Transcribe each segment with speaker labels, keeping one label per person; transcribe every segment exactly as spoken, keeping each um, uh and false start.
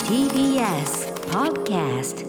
Speaker 1: ティービーエス Podcast。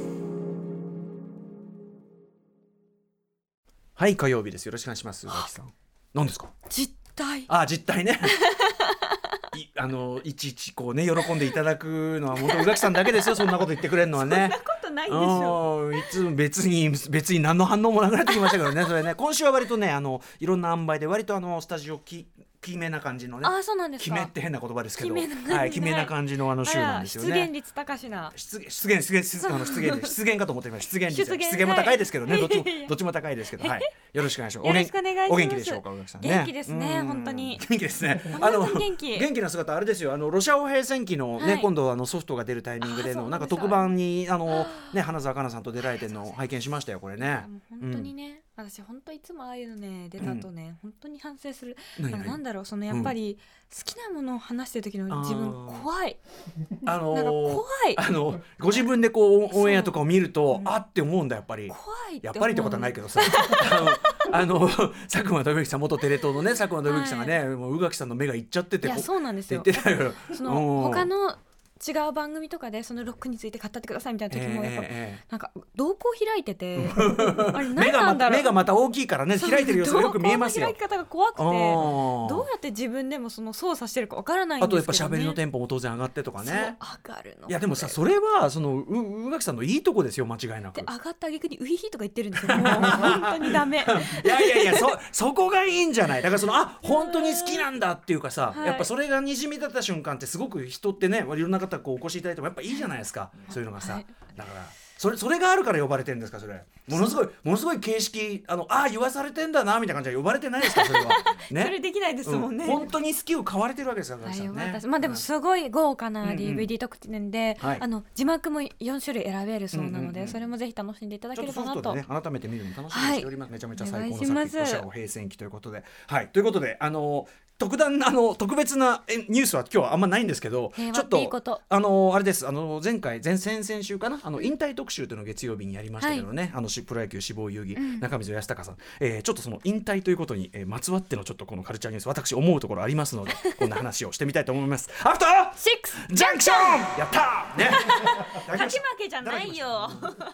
Speaker 2: はい、火曜日です。よろしくお願いします。宇垣さん。何ですか？
Speaker 3: 実態。
Speaker 2: あ、実態ね。いあのいちいちこうね喜んでいただくのは本当宇垣さんだけですよ。そんなこと言ってくれるのはね。
Speaker 3: そんなことないでしょ。
Speaker 2: いつも別に別に何の反応もなくなってきましたけどね。それね。今週は割とねあのいろんな塩梅で割とあのスタジオき決めな感じのね。
Speaker 3: あ、そうなんですか。
Speaker 2: 決めって変な言葉ですけど、
Speaker 3: 決めな感じ、
Speaker 2: はい、決めな感じのあの週なんですよね。
Speaker 3: 出現率高しな。
Speaker 2: 出現出現出現出現あの出現出現かと思っていました。出現率
Speaker 3: 出現
Speaker 2: 出現も高いですけどね。
Speaker 3: はい
Speaker 2: どっちもどっちも高いですけど、はい。よろしくお願いします。
Speaker 3: よろしくお願いします。
Speaker 2: お元気でしょうか、宇垣さんね。
Speaker 3: 元気ですね、
Speaker 2: うん
Speaker 3: 本当に。
Speaker 2: 元気ですね。
Speaker 3: あの元気
Speaker 2: 元気な姿あれですよ。あのロシア語平戦記のね、
Speaker 3: はい、
Speaker 2: 今度あのソフトが出るタイミングでのなんか特番にあのね花澤香菜さんと出られてるのを拝見しましたよこれね。
Speaker 3: 本当にね、うん、私本当いつもああいうのね出たとね、うん、本当に反省する。
Speaker 2: 何々
Speaker 3: なんだろう、そのやっぱり、うん、好きなものを話してる時の自分怖い。
Speaker 2: あのー、
Speaker 3: なんか怖い。
Speaker 2: あのご自分でこうオンエアとかを見ると、うん、あって思うんだやっぱり。
Speaker 3: 怖いって
Speaker 2: やっぱりってことはないけどさ。あの佐久間信之さん元テレ東のね佐久間信之さんがね、はい、もう宇垣さんの目がいっちゃってて、
Speaker 3: いやそうなんですよ。
Speaker 2: 言ってたよ。
Speaker 3: その他の違う番組とかでそのロックについて語ってくださいみたいな時もやっぱ、えー、なんか瞳孔開いててあれ何なんだろう。
Speaker 2: 目がまた大きいからね開いてる様子がよく見えますよ。
Speaker 3: 瞳孔の開き方が怖くてどうやって自分でもその操作してるかわからないんですけどね。
Speaker 2: あとやっぱ喋りのテンポも当然上がってとかね。
Speaker 3: 上がるの。
Speaker 2: いやでもさそれはその宇垣さんのいいとこですよ間違いなく。
Speaker 3: で上がった挙句にウヒヒとか言ってるんですよ。もう本当にダメ。
Speaker 2: いやいやいや そ, そこがいいんじゃない。だからそのあ本当に好きなんだっていうかさ、はい、やっぱそれがにじみ出た瞬間ってすごく人ってねいろんな方こうお越しいただいてもやっぱいいじゃないですか、うん、そういうのがさ、はい、だからそれそれがあるから呼ばれてるんですか。それものすごいものすごい形式あのあ言わされてんだなみたいな感じで呼ばれてないですかそれは、ね、
Speaker 3: それできないですもんね、
Speaker 2: うん、本当に好きを買われてるわけですから、ね、
Speaker 3: まあでもすごい豪華な ディーブイディー 特典で、
Speaker 2: うんうんはい、
Speaker 3: あの字幕もよん種類選べるそうなので、うんうんうん、それもぜひ楽しんでいただければなと。ちょっとソフトでね改めて見るの楽しみにしております、はい、めちゃめちゃ最高の作品ロシア語平戦記ということで、はい、ということであの特段あの特別なニュースは今日はあんまないんですけど、ちょっとあのあれですあの前回前々先週かなあの引退特集というのを月曜日にやりましたけどね、はい、あのプロ野球志望遊戯、うん、中溝康隆さん、えー、ちょっとその引退ということに、えー、まつわってのちょっとこのカルチャーニュース私思うところありますのでこんな話をしてみたいと思います。アフターシックス
Speaker 2: ジャンクションやったーね
Speaker 3: 勝ち負けじゃないよ。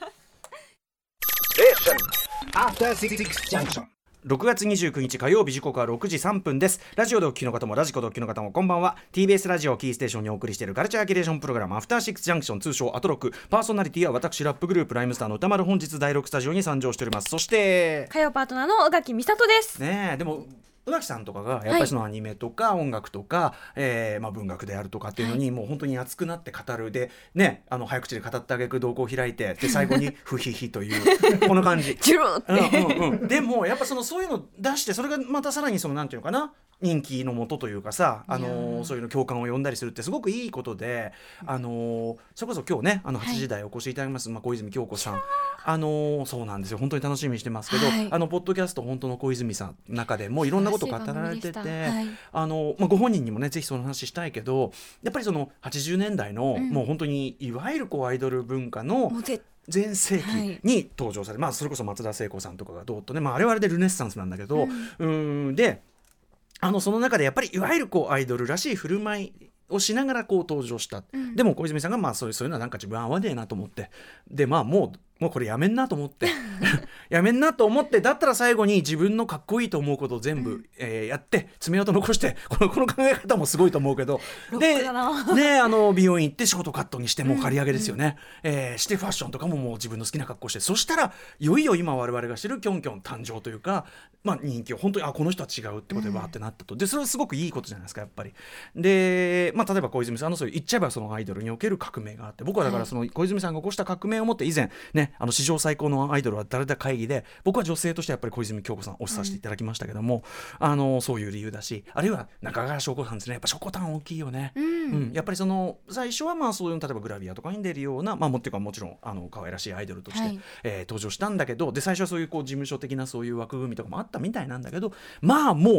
Speaker 2: アフターシックスジャンクションろくがつにじゅうくにち火曜日時刻はろくじさんぷんです。ラジオでお聞きの方もラジコでお聞きの方もこんばんは。 ティービーエス ラジオキーステーションにお送りしているカルチャーキュレーションプログラムアフターシックスジャンクション通称アトロク。パーソナリティは私ラップグループライムスターの歌丸本日だいろくスタジオに参上しております。そして
Speaker 3: 火曜パートナーの宇垣美里です
Speaker 2: ね。えでも宇垣さんとかがやっぱりそのアニメとか音楽とか、はいえーまあ、文学であるとかっていうのにもう本当に熱くなって語るでねあの早口で語ってあげく瞳孔を開いてで最後にフヒヒというこの感じ
Speaker 3: ジュルって、
Speaker 2: うんうんうん、でもやっぱそのそういうの出してそれがまたさらにそのなんていうのかな人気のもとというかさ、あのー、そういうの共感を呼んだりするってすごくいいことで、あのー、それこそ今日ねあのはちじ台お越しいただきます、はいまあ、小泉京子さんあのー、そうなんですよ本当に楽しみにしてますけど、はい、あのポッドキャスト本当の小泉さんの中でもいろんなことを語られてて、はいあのまあ、ご本人にもねぜひその話したいけどやっぱりそのはちじゅうねんだいの、うん、もう本当にいわゆるこうアイドル文化の全盛期に登場され、はいまあ、それこそ松田聖子さんとかがどうっとね、まあ、あれはあれでルネッサンスなんだけど、うん、うんであのその中でやっぱりいわゆるこうアイドルらしい振る舞いをしながらこう登場した、うん、でも小泉さんがまあそういう、そういうのはなんか自分合わねえなと思ってでまあもうもうこれやめんなと思ってやめんなと思ってだったら最後に自分のかっこいいと思うことを全部、うんえー、やって爪痕残してこの、この考え方もすごいと思うけどで、ね、あの美容院行ってショートカットにしてもう刈り上げですよね、うんうんえー、してファッションとかももう自分の好きな格好してそしたらいよいよ今我々がしてるキョンキョン誕生というか、まあ、人気を本当にあこの人は違うってことでバーってなったとでそれはすごくいいことじゃないですかやっぱりで、まあ、例えば小泉さんのそういう言っちゃえばそのアイドルにおける革命があって僕はだからその小泉さんが起こした革命をもって以前ねあの史上最高のアイドルは誰だ会議で僕は女性としてやっぱり小泉京子さんを推しさせていただきましたけども、うん、あのそういう理由だしあるいは中川翔子さんですねやっぱしょこたん大きいよね、うんうん、やっぱりその最初はまあそういう例えばグラビアとかに出るようなまあもっていうかもちろんあの可愛らしいアイドルとして、はいえー、登場したんだけどで最初はそういうこう事務所的なそういう枠組みとかもあったみたいなんだけどまあもうね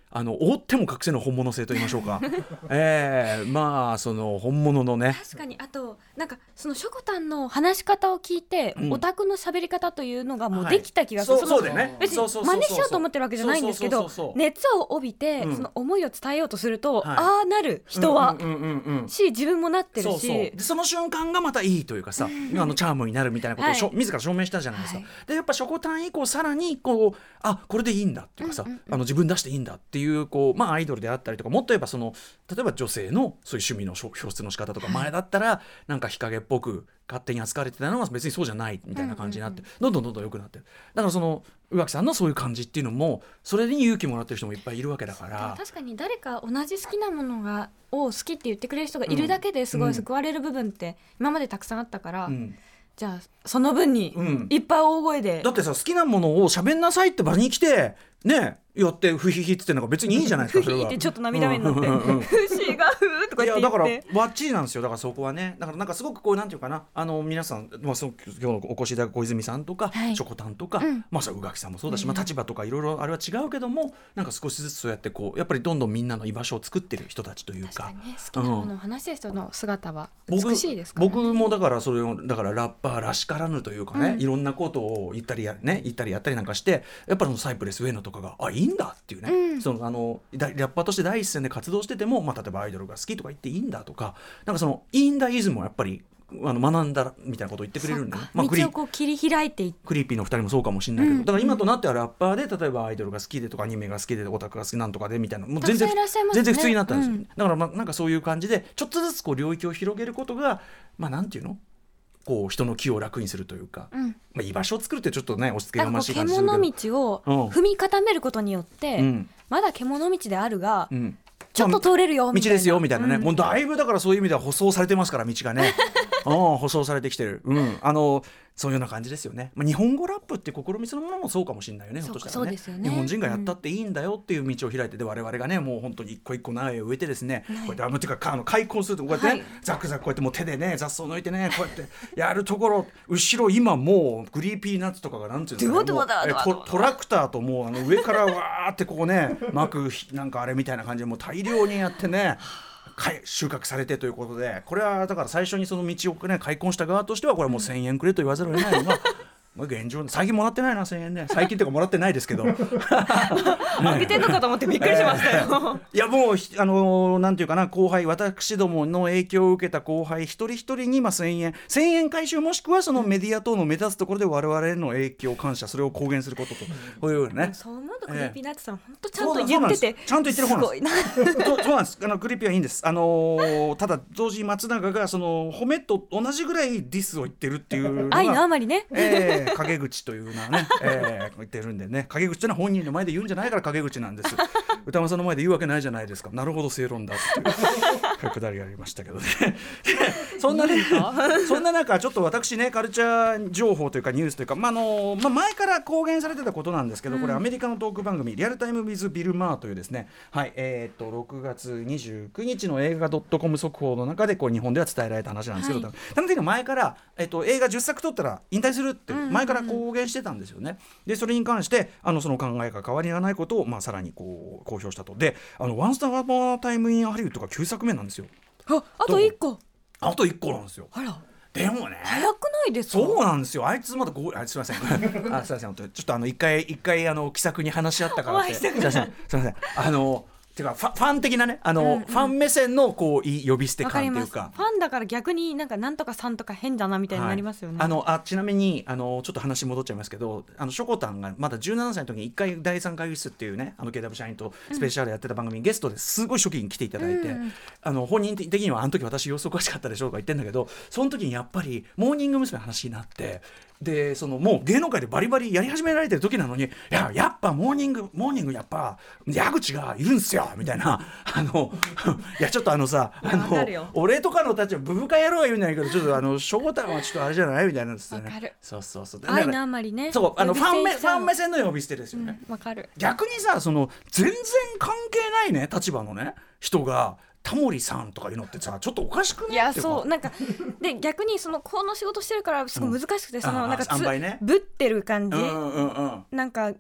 Speaker 2: あの覆っても隠せぬ本物性と言いましょうかえー、まあその本物のね
Speaker 3: 確かにあとなんかそのしょこたんの話し方を聞いて、うん、オタクの喋り方というのがもうできた気がする、
Speaker 2: はい、そうそうだね
Speaker 3: 別に真似しようと思ってるわけじゃないんですけど熱を帯びて、うん、その思いを伝えようとすると、はい、ああなる人は、うんうんうんうん、し自分もなってるし
Speaker 2: そうそうでその瞬間がまたいいというかさ、うん、あのチャームになるみたいなことをしょ、はい、自ら証明したじゃないですか、はい、でやっぱしょこたん以降さらにこうあこれでいいんだっていうかさ、うんうんうん、あの自分出していいんだっていうこう、まあ、アイドルであったりとかもっと言えばその例えば女性のそういう趣味の表出の仕方とか、はい、前だったらなんか日陰っぽく勝手に扱われてたのが別にそうじゃないみたいな感じになって、うんうんうん、どんどんどんどん良くなってるだからその宇垣さんのそういう感じっていうのもそれに勇気もらってる人もいっぱいいるわけだから
Speaker 3: 確かに誰か同じ好きなものがを好きって言ってくれる人がいるだけですごい救われる部分って今までたくさんあったから、うん、じゃあその分にいっぱい大声で、うん、
Speaker 2: だってさ好きなものを喋んなさいって場に来てねやってフヒヒって言ってんのが別にいいじゃないですか
Speaker 3: フヒってちょっと涙目になってフシがフーとか言っていや
Speaker 2: だからバッチリなんですよだからそこはねだからなんかすごくこうなんていうかなあの皆さん、まあ、その今日のお越しいただく小泉さんとか、はい、しょこたんとか、うん、まあそれ宇垣さんもそうだし、うんまあ、立場とかいろいろあれは違うけどもなんか少しずつそうやってこうやっぱりどんどんみんなの居場所を作ってる人たちというか
Speaker 3: 確かに、ね、好きなものを話してる人の姿は美しいですから、ね、
Speaker 2: 僕, 僕もだからそれをだからラッパーらしからぬというかね、うん、いろんなことを言ったりや、ね、言ったりやったりなんかしてやっぱりサイプレス上野とかがあいいんだっていうね、うんそのあのラッパーとして第一線で活動してても、まあ、例えばアイドルが好きとか言っていいんだとかなんかそのインダイズムをやっぱりあの学んだみたいなことを言ってくれるんで、ねまあ、
Speaker 3: 道をこう切り開いていって
Speaker 2: クリーピーのふたりもそうかもしれないけど、うん、だから今となってはラッパーで例えばアイドルが好きでとかアニメが好きでオタクが好きなんとかでみたいなもう全然、ね、全然普通になったんですよ、うん、だからまあなんかそういう感じでちょっとずつこう領域を広げることがまあなんていうのこう人の気を楽にするというか、うんまあ、居場所を作るってちょっとね押し付けがましい感じするけど
Speaker 3: 獣道を踏み固めることによって、うん、まだ獣道であるが、うん、ちょっと通れるよみたいな、
Speaker 2: 道ですよみたいなね、うん、もうだいぶだからそういう意味では舗装されてますから道がねうん舗装されてきてる、うん、あのそういうような感じですよね、まあ、日本語ラップっていう試みそのものもそうかもしれないよねひょっとしたら ね, ね日本人がやったっていいんだよっていう道を開いてで我々がねもう本当に一個一個苗を植えてですね、はい、こうやってあのてかあの開墾するとこうやってね、はい、ザクザクこうやってもう手でね雑草抜いてねこうやってやるところ後ろ今もうグリーピーナッツとかがなんていうんですかねト, トラクターともうあの上からわーってここね巻くなんかあれみたいな感じでもう大量にやってね収穫されてということでこれはだから最初にその道を、ね、開墾した側としてはこれはもうせんえんくれと言わざるを得ないのが現状最近もらってないなせんえんね最近っていうかもらってないですけど
Speaker 3: あげてんのかと思ってびっくりしましたよ、
Speaker 2: えー、いやもうあのー、なんていうかな後輩私どもの影響を受けた後輩一人一人にまあせんえんせんえん回収もしくはそのメディア等の目立つところで我々への影響感謝それを公言することとこういうね
Speaker 3: そう思うとクリーピーナッツさん本当ちゃんと言ってて
Speaker 2: ちゃんと言ってる方なんですすごいなそうなんですあのクリーピーはいいんです、あのー、ただ同時に松永がその褒めと同じぐらいディスを言ってるっていうのが
Speaker 3: 愛のあまりね、
Speaker 2: えー陰口というのはね、えー、言ってるんでね陰口というのは本人の前で言うんじゃないから陰口なんです歌間さんの前で言うわけないじゃないですかなるほど正論だっていうくだりがありましたけどねそんなねそんな中ちょっと私ねカルチャー情報というかニュースというか、まあのまあ、前から公言されてたことなんですけど、うん、これアメリカのトーク番組リアルタイムウィズビル・マーというですね、はいえー、とろくがつにじゅうくにちの映画 .com 速報の中でこう日本では伝えられた話なんですけど、はい、ただ前から、えー、と映画じゅっさく撮ったら引退するって前から公言してたんですよね。でそれに関してあのその考えが変わりがないことを、まあ、さらにこう公表したと。であのワンスタータイムインハリウッドがきゅうさくめなんですよ。
Speaker 3: あ, あといっこ
Speaker 2: あといっこなんですよ。
Speaker 3: あら
Speaker 2: でもね
Speaker 3: 早くないですか。
Speaker 2: そうなんですよ。あいつまだごあすいませんあすいませんちょっとあの一回一回あの気さくに話し合ったからってすいませんすいませんあのてかファ、ファン的なねあの、うんうん、ファン目線のこうい呼び捨て感っていうか
Speaker 3: ファンだから逆になんかなんとかさんとか変だなみたいになりますよね、
Speaker 2: はい、あのあちなみにあのちょっと話戻っちゃいますけどあのしょこたんがまだじゅうななさいの時にいっかいだいさん会議室っていうねあの ケーダブリュー 社員とスペシャルやってた番組に、うん、ゲストですごい初期に来ていただいて、うん、あの本人的にはあの時私様子おかしかったでしょうとか言ってんだけどその時にやっぱりモーニング娘。の話になってでそのもう芸能界でバリバリやり始められてる時なのにいややっぱモーニングモーニングやっぱ矢口がいるんすよみたいなあのいやちょっとあのさあの俺とかの立場ブブカ野郎は言うんじゃないけどちょっとあのしょこたんはちょっとあれじゃないみたいなんですよね。
Speaker 3: わかる
Speaker 2: そうそうそう
Speaker 3: 愛のあまりね
Speaker 2: そうあのファン目ファン目線の呼び捨てですよね。
Speaker 3: わ、うん、かる。
Speaker 2: 逆にさその全然関係ないね立場のね人がタモリさんとかいうのってさちょっとおかしくない？
Speaker 3: いやそうなんかで逆にそのこの仕事してるからすごい難しくて、うん、そのなんかつ、
Speaker 2: ね、
Speaker 3: ぶってる感じ、
Speaker 2: うんうんうん、
Speaker 3: なんか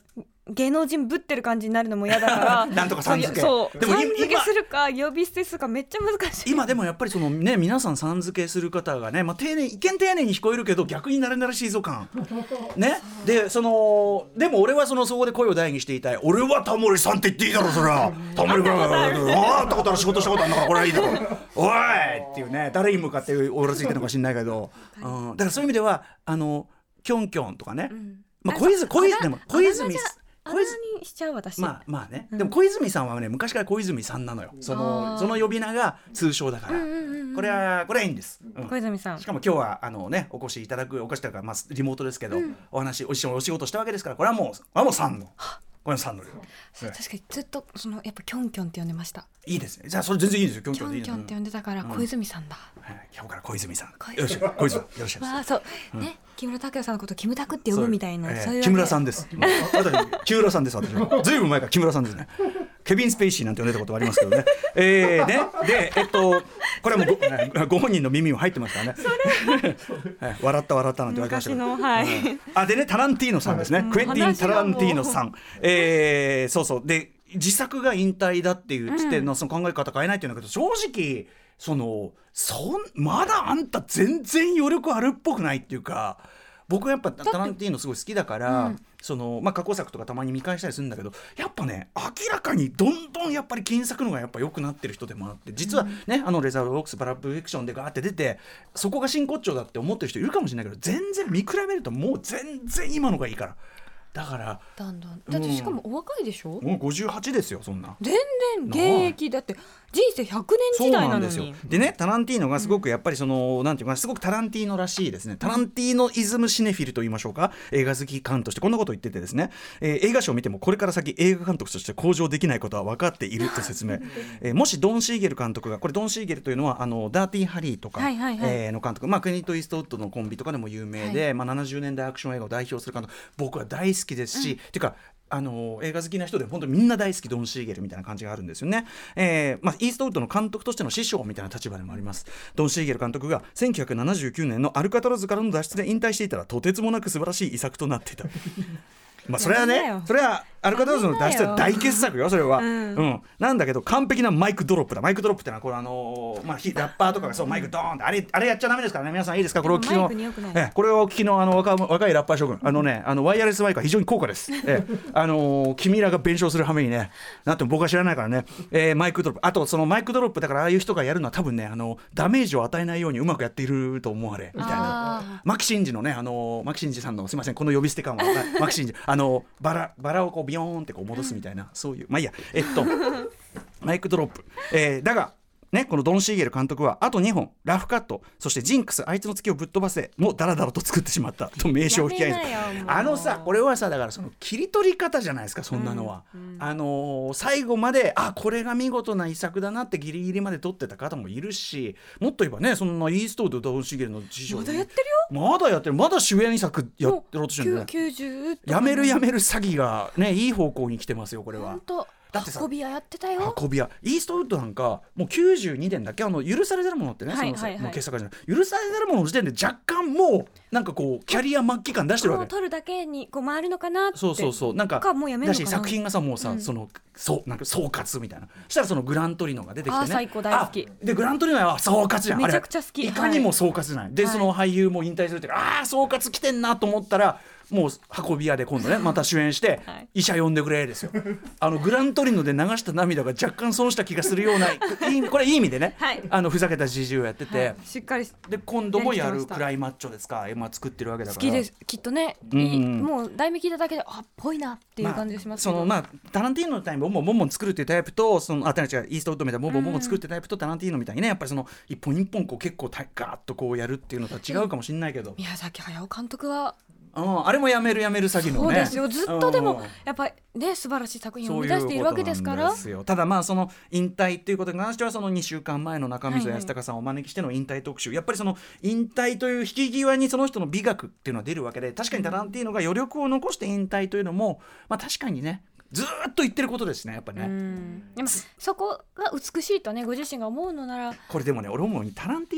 Speaker 3: 芸能人ぶってる感じになるのも嫌だから
Speaker 2: なんとかさん付け
Speaker 3: そう
Speaker 2: でも
Speaker 3: さん付けするか呼び捨てするかめっちゃ難しい。
Speaker 2: 今でもやっぱりそのね皆さんさん付けする方がね、まあ、丁寧一見丁寧に聞こえるけど逆になれなれしいぞ感ね。でそのでも俺はそのそこで声を大にしていたい。俺はタモリさんって言っていいだろそれはタモリ君があったことある仕事したことあるんだからこれはいいだろおいっていうね、誰に向かっておらついてるのか知んないけど、うん、だからそういう意味ではあのキョンキョンとかね、うんまあ、小泉小泉でも小泉
Speaker 3: あだ名にしちゃう私。
Speaker 2: まあまあね、うん、でも小泉さんはね昔から小泉さんなのよ。そのその呼び名が通称だから、うんうんうんうん、これはこれはいいんです、うん、
Speaker 3: 小泉さん。し
Speaker 2: かも今日はあのねお越しいただくお越しというか、まあ、リモートですけど、うん、お話お一緒にお仕事したわけですからこれはもうこれはもうさんのこれはさんの、ね、
Speaker 3: 確かにずっとそのやっぱキョンキョンって呼んでました。
Speaker 2: いいですね。じゃあそれ全然いいですよ。キョンキョンでいい
Speaker 3: キョンキョンって呼んでたから小泉さんだ、
Speaker 2: うんはい、今日から小泉さん小泉よろしく小泉よろしく
Speaker 3: あそう、うん、ね木村拓哉さんのことキムタクって呼ぶみたいな
Speaker 2: そう、
Speaker 3: そういう、
Speaker 2: えー、木村さんです木村さんです私はずいぶん前から木村さんですね。ケビン・スペイシーなんて呼んでたことはありますけどね。えー、ねでえっとこれはもう ご, ご本人の耳も入ってますからねはい、笑った笑ったなんて言われましたけど
Speaker 3: 昔の、はい
Speaker 2: うん、あでねタランティーノさんですね、うん、クエンティン・タランティーノさん、えー、そうそうで自作が引退だっていうつっての、うん、その考え方変えないっていうんだけど正直そのそんまだあんた全然余力あるっぽくないっていうか僕はやっぱタランティーノすごい好きだから、うんそのまあ、過去作とかたまに見返したりするんだけどやっぱね明らかにどんどんやっぱり金作のがやっぱ良くなってる人でもあって実はね、うん、あのレザードロックスバラップフィクションでガーって出てそこが真骨頂だって思ってる人いるかもしれないけど全然見比べるともう全然今のがいいからだから
Speaker 3: だんだんだってしかもお若いでしょ、うん、
Speaker 2: もうごじゅうはちですよそんな
Speaker 3: 全然現役だって人生ひゃくねん時代なのに。そうなんですよ。
Speaker 2: でねタランティーノがすごくやっぱりその、うん、なんていうかすごくタランティーノらしいですね。タランティーノイズムシネフィルと言いましょうか映画好き感としてこんなことを言っててですね、えー、映画賞を見てもこれから先映画監督として向上できないことは分かっていると説明、えー、もしドン・シーゲル監督がこれドン・シーゲルというのはあのダーティー・ハリーとか、はいはいはいえー、の監督、まあ、クリント・イーストウッドのコンビとかでも有名で、はいまあ、ななじゅうねんだいアクション映画を代表する監督僕は大好きですし、うん、っていうかあの映画好きな人で本当にみんな大好きドン・シーゲルみたいな感じがあるんですよね、えーまあ、イーストウッドの監督としての師匠みたいな立場でもあります。ドン・シーゲル監督がせんきゅうひゃくななじゅうきゅうねんのアルカトラズからの脱出で引退していたらとてつもなく素晴らしい遺作となっていたまあそれはねそれはアルカトラズの脱出は大傑作よそれは、うんうん、なんだけど完璧なマイクドロップだ。マイクドロップってのはこれあのーまあ、ラッパーとかがそうマイクドーンってあれあれやっちゃダメですからね皆さんいいですかこれを聞きのえこれをお聞きのあの 若, 若いラッパー諸君あのねあのワイヤレスマイクは非常に高価です、えあのー、君らが弁償する羽目にねなっても僕は知らないからね、えー、マイクドロップあとそのマイクドロップだからああいう人がやるのは多分ねあのダメージを与えないようにうまくやっていると思われみたいなマキシンジのねあのマキシンジさんのすいませんこの呼び捨て感はマキシンジあのバラバラをこうビヨーンってこう戻すみたいな、うん、そういうまあいいやえっとマイクドロップ、えー、だがね、このドン・シーゲル監督はあとにほんラフカットそしてジンクスあいつの月をぶっ飛ばせもうダラダラと作ってしまったと名称を引き合いあのさこれはさだからその切り取り方じゃないですかそんなのは、うんうん、あのー、最後まであこれが見事な遺作だなってギリギリまで撮ってた方もいるしもっと言えばねそんなイーストウッドドン・シーゲルの師匠
Speaker 3: まだやってるよ
Speaker 2: まだやってるまだ主演作やってろうとしてるんだね
Speaker 3: きゅうじゅう
Speaker 2: やめるやめる詐欺がねいい方向に来てますよこれは
Speaker 3: 本当だってさ運び屋やってたよ
Speaker 2: 運び屋イーストウッドなんかもうきゅうじゅうにねんだっけあの許されてるものってね、はいはいはい、そのもう傑作じゃない許されてるものの時点で若干もうなんかこうキャリア末期感出してるわけ
Speaker 3: もう撮るだけにこう回るのかなって
Speaker 2: そうそうそうなんか
Speaker 3: かもうやめるのかな
Speaker 2: だし作品がさもうさ、うん、そのそうなんか総括みたいなしたらそのグラントリノが出てきてね
Speaker 3: あ最高大好き
Speaker 2: でグラントリノは総括じゃん
Speaker 3: めちゃくちゃ好き
Speaker 2: いかにも総括じゃない、はい、でその俳優も引退するってああ総括来てんなと思ったらもう運び屋で今度ねまた主演して、はい、医者呼んでくれですよあのグラントリノで流した涙が若干損した気がするようないいこれいい意味でね、はい、あのふざけたじじいをやってて、はい、
Speaker 3: しっかり
Speaker 2: で今度もやるクライマッチョですか今作ってるわけだから
Speaker 3: 好きですきっとね、うん、もう題名聞いただけであっぽいなっていう感じがしますけど、
Speaker 2: まあ、そのまあタランティーノのタイプボンボンボンボン作るっていうタイプとそのあ違うイーストウッドみたいなボンボンボンボン作るっていうタイプと、うん、タランティーノみたいにねやっぱりその一本一本こう結構ガーッとこうやるっていうのとは違うかもしれないけど
Speaker 3: 宮崎駿監督は
Speaker 2: うん、あれもやめるやめる詐欺のね
Speaker 3: そうですよずっとでもやっぱりね素晴らしい作品を生み出しているわけですから
Speaker 2: そういうことなんですよただまあその引退っていうことに関してはそのにしゅうかんまえの中溝康隆さんをお招きしての引退特集、はいはい、やっぱりその引退という引き際にその人の美学っていうのは出るわけで確かにタランティーノが余力を残して引退というのもまあ確かにねずっと言ってることですねやっぱね
Speaker 3: うんでもそこが美しいとねご自身が思うのなら
Speaker 2: これでもね俺思うにタランティー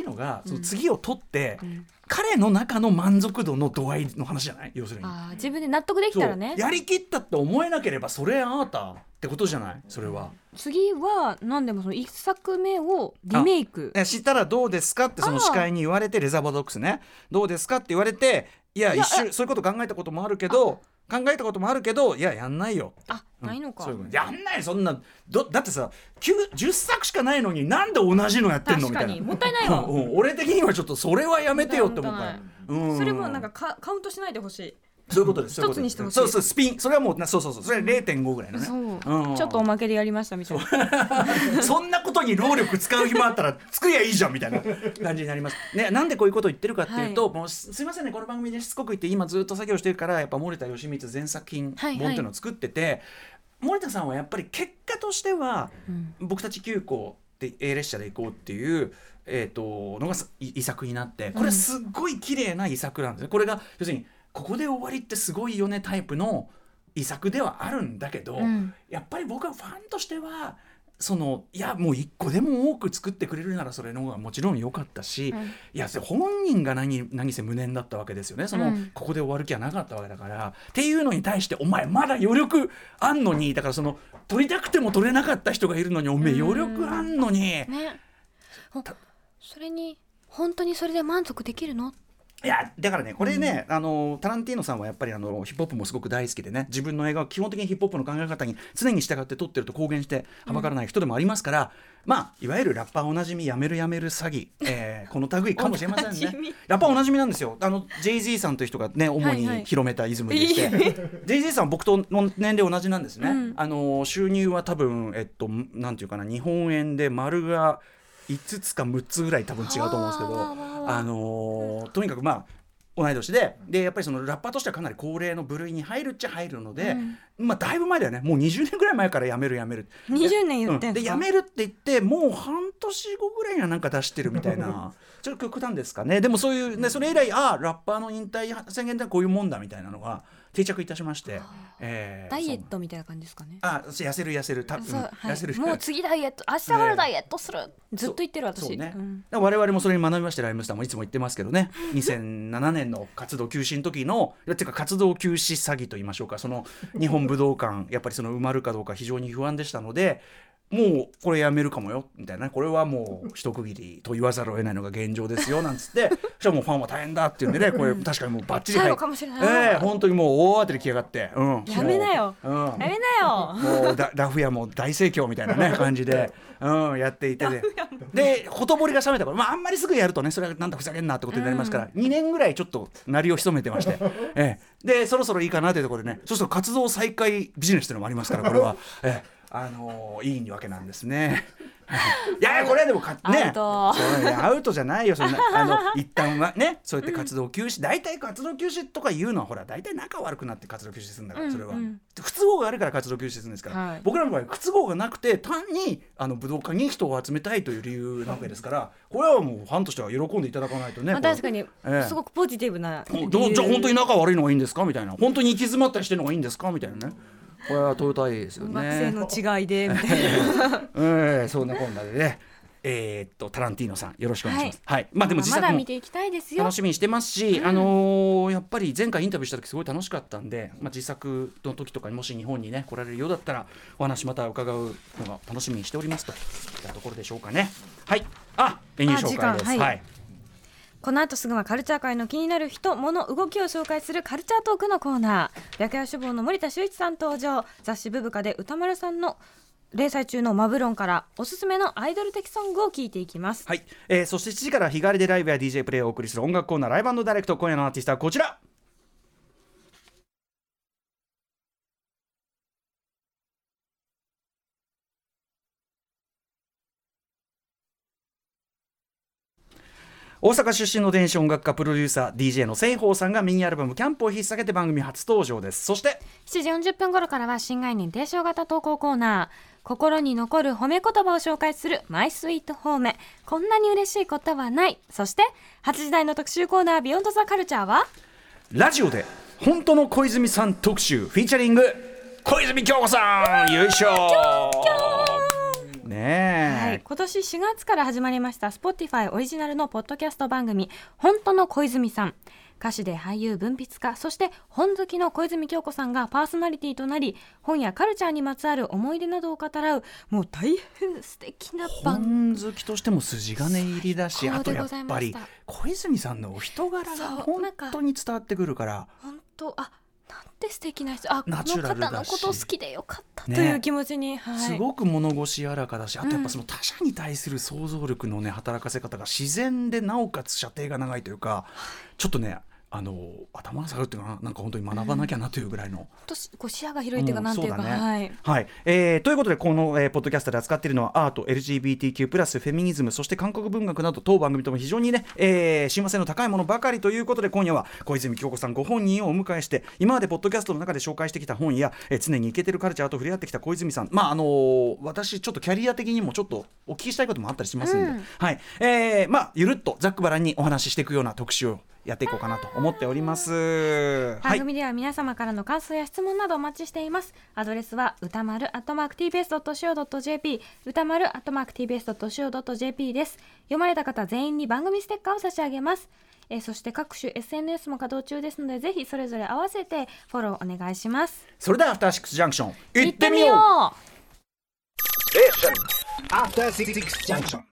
Speaker 2: のが、その次を取って、うん、彼の中の満足度の度合いの話じゃない？要するに
Speaker 3: あ自分で納得できたらね、
Speaker 2: やりきったって思えなければそれあなたってことじゃない？それは
Speaker 3: 次は何でもそのいっさくめをリメイク
Speaker 2: したらどうですかってその司会に言われて、レザーバードックスねどうですかって言われて、いや一瞬そういうこと考えたこともあるけど考えたこともあるけどいややんないよ、
Speaker 3: あ、うん、ないのか、
Speaker 2: そういうやんない、そんなどだってさきゅうじゅっさくしかないのになんで同じのやってんのみたいな、
Speaker 3: もったいないわ、
Speaker 2: うん、俺的にはちょっとそれはやめてよって思うから、
Speaker 3: うん、それもなんかカウントしないでほしい、
Speaker 2: そういうことです。
Speaker 3: 一つにしてほしい。
Speaker 2: そうそうスピン、それはもうそうそうそう、それは れいてんご ぐらいのね。
Speaker 3: そう、うん、ちょっとおまけでやりましたみたい
Speaker 2: な。そんなことに労力使う暇あったら作りゃいいじゃんみたいな感じになります。ね、なんでこういうことを言ってるかっていうと、はい、もうすいませんね、この番組でしつこく言って今ずっと作業してるからやっぱ森田義満全作品本っていうのを作ってて、はいはい、森田さんはやっぱり結果としては、うん、僕たち急行で A 列車で行こうっていうえー、とのが遺作になって、これすっごい綺麗な遺作なんですね。これが要するにここで終わりってすごいよねタイプの遺作ではあるんだけど、うん、やっぱり僕はファンとしてはそのいやもう一個でも多く作ってくれるならそれの方がもちろん良かったし、うん、いや本人が 何, 何せ無念だったわけですよね。その、うん、ここで終わる気はなかったわけだからっていうのに対してお前まだ余力あんのに、だからその取りたくても取れなかった人がいるのにおめえ余力あんのに、ね、
Speaker 3: それに本当にそれで満足できるの？
Speaker 2: いやだからねこれね、うん、あのタランティーノさんはやっぱりあのヒップホップもすごく大好きでね、自分の映画は基本的にヒップホップの考え方に常に従って撮ってると公言してはばからない人でもありますから、うん、まあいわゆるラッパーおなじみやめるやめる詐欺、えー、この類かもしれませんね。ラッパーおなじみなんですよ。あの ジェイジー さんという人がね主に広めたイズムでして、はいはい、ジェイジー さんは僕との年齢同じなんですね、うん、あの収入は多分えっとなんていうかな日本円で丸がいつつかむっつぐらい多分違うと思うんですけど、あのー、とにかくまあ同い年で、でやっぱりそのラッパーとしてはかなり高齢の部類に入るっちゃ入るので、うん、まあだいぶ前だよね、もうにじゅうねんぐらい前からやめるやめる
Speaker 3: にじゅうねん言ってんすか、
Speaker 2: うん、でやめるって言ってもう半年後ぐらいにはなんか出してるみたいなちょっと極端ですかね。でもそういうね、それ以来ああラッパーの引退宣言ってこういうもんだみたいなのが定着いたしまして、えー、
Speaker 3: ダイエットみたいな感じですかね。
Speaker 2: あ痩せる痩せるた、うんはい、痩せる
Speaker 3: もう次ダイエット明日からダイエットする、ね、ずっと言ってる私
Speaker 2: そうね、
Speaker 3: うん、
Speaker 2: 我々もそれに学びまして、ライムスターもいつも言ってますけどねにせんななねんの活動休止の時のてか活動休止詐欺と言いましょうか、その日本武道館やっぱりその埋まるかどうか非常に不安でしたのでもうこれやめるかもよみたいな、これはもう一区切りと言わざるを得ないのが現状ですよなんつってそしたらもうファンは大変だっていうんでね、これ確かにもうバッチリ
Speaker 3: 最後かもしれない、
Speaker 2: えー、本当にもう大当てで来やがって、うん、
Speaker 3: やめなよ、うん、やめなよ
Speaker 2: もうだラフ屋も大盛況みたいなね感じで、うん、やっていてででほとぼりが冷めたから、まあ、あんまりすぐやるとねそれはなんだふざけんなってことになりますから、うん、にねんぐらいちょっと鳴りを潜めてまして、えー、でそろそろいいかなというところでね、そうすると活動再開ビジネスというのもありますからこれは、えーあのー、いいわけなんですねいやいやこれはでもかね
Speaker 3: アウト
Speaker 2: アウトじゃないよそんなあの一旦はねそうやって活動休止、大体、うん、活動休止とか言うのはほら大体仲悪くなって活動休止するんだから、それは、うんうん、不都合があるから活動休止するんですから、はい、僕らの場合不都合がなくて単にあの武道館に人を集めたいという理由なわけですからこれはもうファンとしては喜んでいただかないとね、
Speaker 3: まあ、確かに、えー、すごくポジティブな理由。
Speaker 2: じゃあ本当に仲悪いのがいいんですかみたいな、本当に行き詰まったりしてるのがいいんですかみたいなね、これはトヨタですよね。
Speaker 3: 学生の違いでみたいな、
Speaker 2: えー、そんなこんなでねえー、っとタランティーノさんよろしくお願いします、はいはい、まあでも実際も楽しみにしてますし、うん、あのー、やっぱり前回インタビューした時すごい楽しかったんで、まあ、自作の時とかにもし日本にね来られるようだったらお話また伺うのが楽しみにしておりますといったところでしょうかね。はい、あメニュー紹介です。はい、はい、
Speaker 3: この後すぐはカルチャー界の気になる人物動きを紹介するカルチャートークのコーナー。白夜書房の森田修一さん登場。雑誌ブブカで歌丸さんの連載中のマブロンからおすすめのアイドル的ソングを聞いていきます。
Speaker 2: はい、えー、そしてしちじから日替わりでライブや ディージェー プレイをお送りする音楽コーナーライブ&ダイレクト。今夜のアーティストはこちら。大阪出身の電子音楽家プロデューサー ディージェー の清峰さんがミニアルバムキャンプを引っ提げて番組初登場です。そして
Speaker 3: しちじよんじゅっぷん頃からは新概念提唱型投稿コーナー、心に残る褒め言葉を紹介するマイスイート褒め、こんなに嬉しいことはない。そしてはちじ台の特集コーナービヨンドザカルチャーは
Speaker 2: ラジオで本当の小泉さん特集フィーチャリング小泉京子さん。よいしょねね、
Speaker 3: はい、今年しがつから始まりました Spotify オリジナルのポッドキャスト番組本当の小泉さん。歌手で俳優、文筆家、そして本好きの小泉京子さんがパーソナリティとなり、本やカルチャーにまつわる思い出などを語らう、もう大変素敵な番組。
Speaker 2: 本好きとしても筋金入りだし、あとやっぱり小泉さんのお人柄が本当に伝わってくるから、
Speaker 3: 本当、あ、なんて素敵な人、あ、この方のこと好きでよかったと
Speaker 2: ね、
Speaker 3: いう気持ちに、はい、
Speaker 2: すごく物腰柔らかだし、あとやっぱその他者に対する想像力のね働かせ方が自然で、なおかつ射程が長いというか、ちょっとねあの頭が下がるっていうかな、なんか本当に学ばなきゃなというぐらいの、うん、
Speaker 3: こう視野が広いっていうか、なんていうか、うん、うね、はい
Speaker 2: はい、えー、ということでこの、えー、ポッドキャストで扱っているのはアート、 エルジービーティーキュー プラスフェミニズム、そして韓国文学など当番組とも非常にね、えー、親和性の高いものばかりということで、今夜は小泉京子さんご本人をお迎えして、今までポッドキャストの中で紹介してきた本や、えー、常にイケてるカルチャーと触れ合ってきた小泉さん、まああのー、私ちょっとキャリア的にもちょっとお聞きしたいこともあったりしますんで、うん、はい、えー、まあゆるっとざっくばらんにお話ししていくような特集をやっていこうかなと思っております。
Speaker 3: 番組では皆様からの感想や質問などお待ちしています。アドレスは歌丸アットマーク ティービーエスドットシーオードットジェーピー 歌丸アットマーク ティービーエスドットシーオードットジェーピー です。読まれた方全員に番組ステッカーを差し上げます。えー、そして各種 エスエヌエス も稼働中ですので、ぜひそれぞれ合わせてフォローお願いします。
Speaker 2: それではアフターシックスジャンクション行ってみよう。
Speaker 3: 行ってみよう。
Speaker 2: アフターシックスジャンクション。